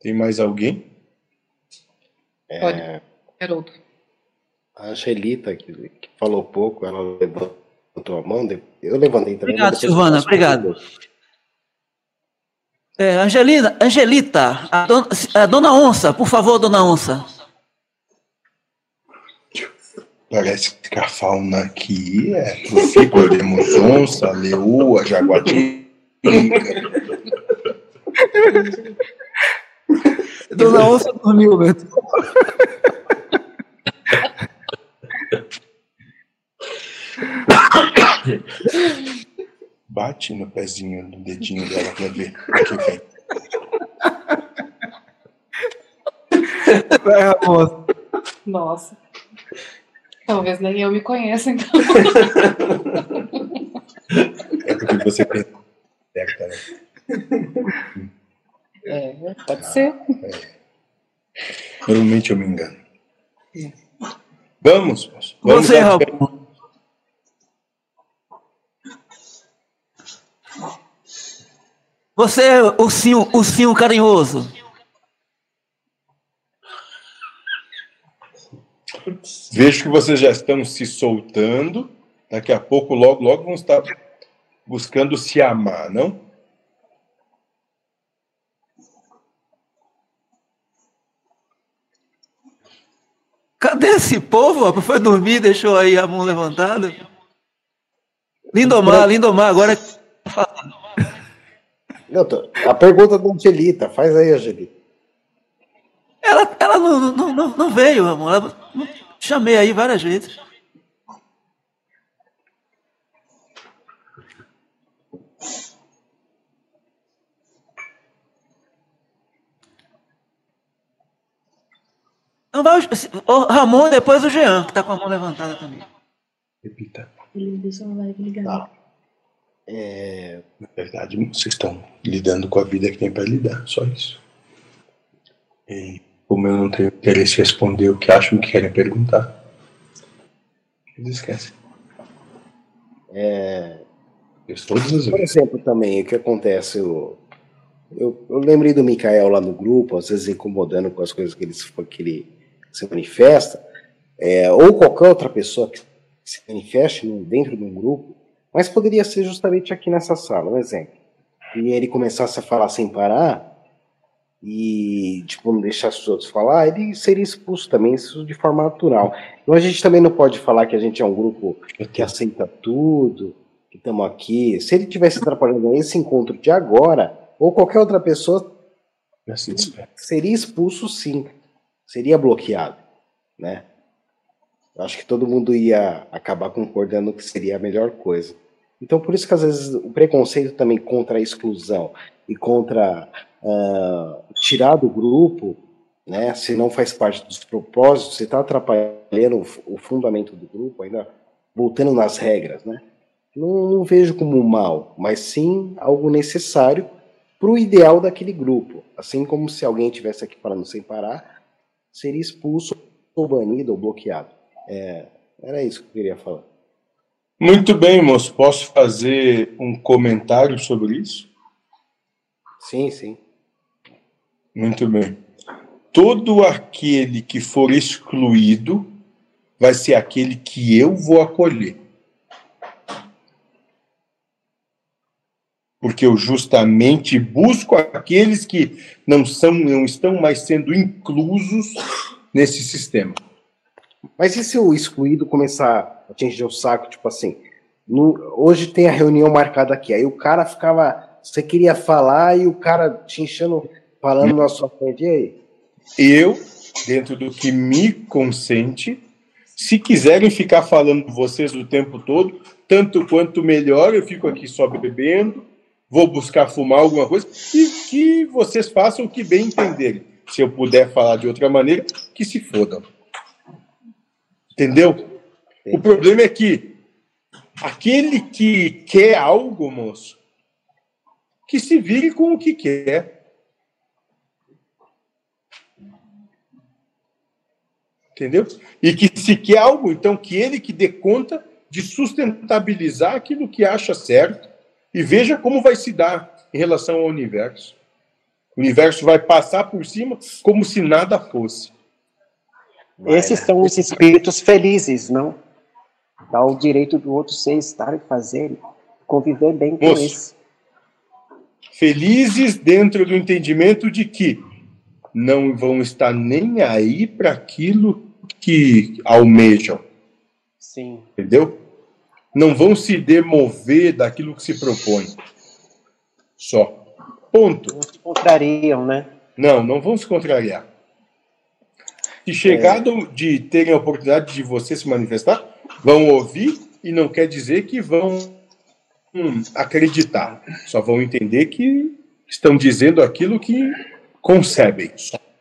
Tem mais alguém? Pode, Haroldo. A Angelita, que falou pouco, ela levantou a mão. Eu levantei também. Obrigado, Silvana, obrigado. Angelita, a dona Onça, por favor, dona Onça. Parece que a fauna aqui é Podemos onça, leoa, jaguatirica. Dona Onça dormiu, meu. Bate no pezinho, no dedinho dela pra ver o que vem. Vai, Raposa. Nossa. Talvez nem eu me conheça, então. É porque você tem certa, né? Pode ser. Normalmente eu me engano. Vamos Você, Raposa. Você, ursinho carinhoso. Vejo que vocês já estão se soltando. Daqui a pouco, logo vão estar buscando se amar, não? Cadê esse povo? Foi dormir, deixou aí a mão levantada. Lindomar, agora... A pergunta da Angelita, faz aí, Angelita. Ela não veio, amor. Chamei aí várias vezes. Não vai o Ramon, depois o Jean, que está com a mão levantada também. Repita. Ele deixou a live ligada. Tá. Na verdade, vocês estão lidando com a vida que tem para lidar, só isso. E como eu não tenho interesse em responder o que acham que querem perguntar, eles esquecem. Por exemplo, também, o que acontece, eu lembrei do Mikael lá no grupo, às vezes incomodando com as coisas que ele se manifesta, ou qualquer outra pessoa que se manifeste dentro de um grupo, mas poderia ser justamente aqui nessa sala, um exemplo. E ele começasse a falar sem parar, e tipo, não deixasse os outros falar, ele seria expulso também, isso de forma natural. Então a gente também não pode falar que a gente é um grupo que aceita tudo, que estamos aqui. Se ele estivesse atrapalhando esse encontro de agora, ou qualquer outra pessoa, seria expulso sim, seria bloqueado, né? Eu acho que todo mundo ia acabar concordando que seria a melhor coisa. Então, por isso que às vezes o preconceito também contra a exclusão e contra tirar do grupo, né? Se não faz parte dos propósitos, se está atrapalhando o fundamento do grupo, ainda voltando nas regras, né? Não vejo como um mal, mas sim algo necessário para o ideal daquele grupo. Assim como se alguém estivesse aqui falando sem parar, seria expulso, ou banido, ou bloqueado. Era isso que eu queria falar. Muito bem, moço. Posso fazer um comentário sobre isso? Sim, sim. Muito bem. Todo aquele que for excluído vai ser aquele que eu vou acolher. Porque eu justamente busco aqueles que não estão mais sendo inclusos nesse sistema. Mas e se o excluído começar a te encher o saco, tipo assim, hoje tem a reunião marcada aqui, aí o cara você queria falar e o cara te enchendo, falando na sua frente, e aí? Eu, dentro do que me consente, se quiserem ficar falando vocês o tempo todo, tanto quanto melhor, eu fico aqui só bebendo, vou buscar fumar alguma coisa, e que vocês façam o que bem entenderem. Se eu puder falar de outra maneira, que se fodam. Entendeu? O problema é que aquele que quer algo, moço, que se vire com o que quer. Entendeu? E que se quer algo, então que ele que dê conta de sustentabilizar aquilo que acha certo e veja como vai se dar em relação ao universo. O universo vai passar por cima como se nada fosse. Esses são os espíritos felizes, não? Dá o direito do outro ser estar e fazer, conviver bem com isso. Felizes dentro do entendimento de que não vão estar nem aí para aquilo que almejam. Sim. Entendeu? Não vão se demover daquilo que se propõe. Só. Ponto. Não se contrariam, né? Não vão se contrariar. Se chegado de terem a oportunidade de você se manifestar, vão ouvir e não quer dizer que vão acreditar. Só vão entender que estão dizendo aquilo que concebem.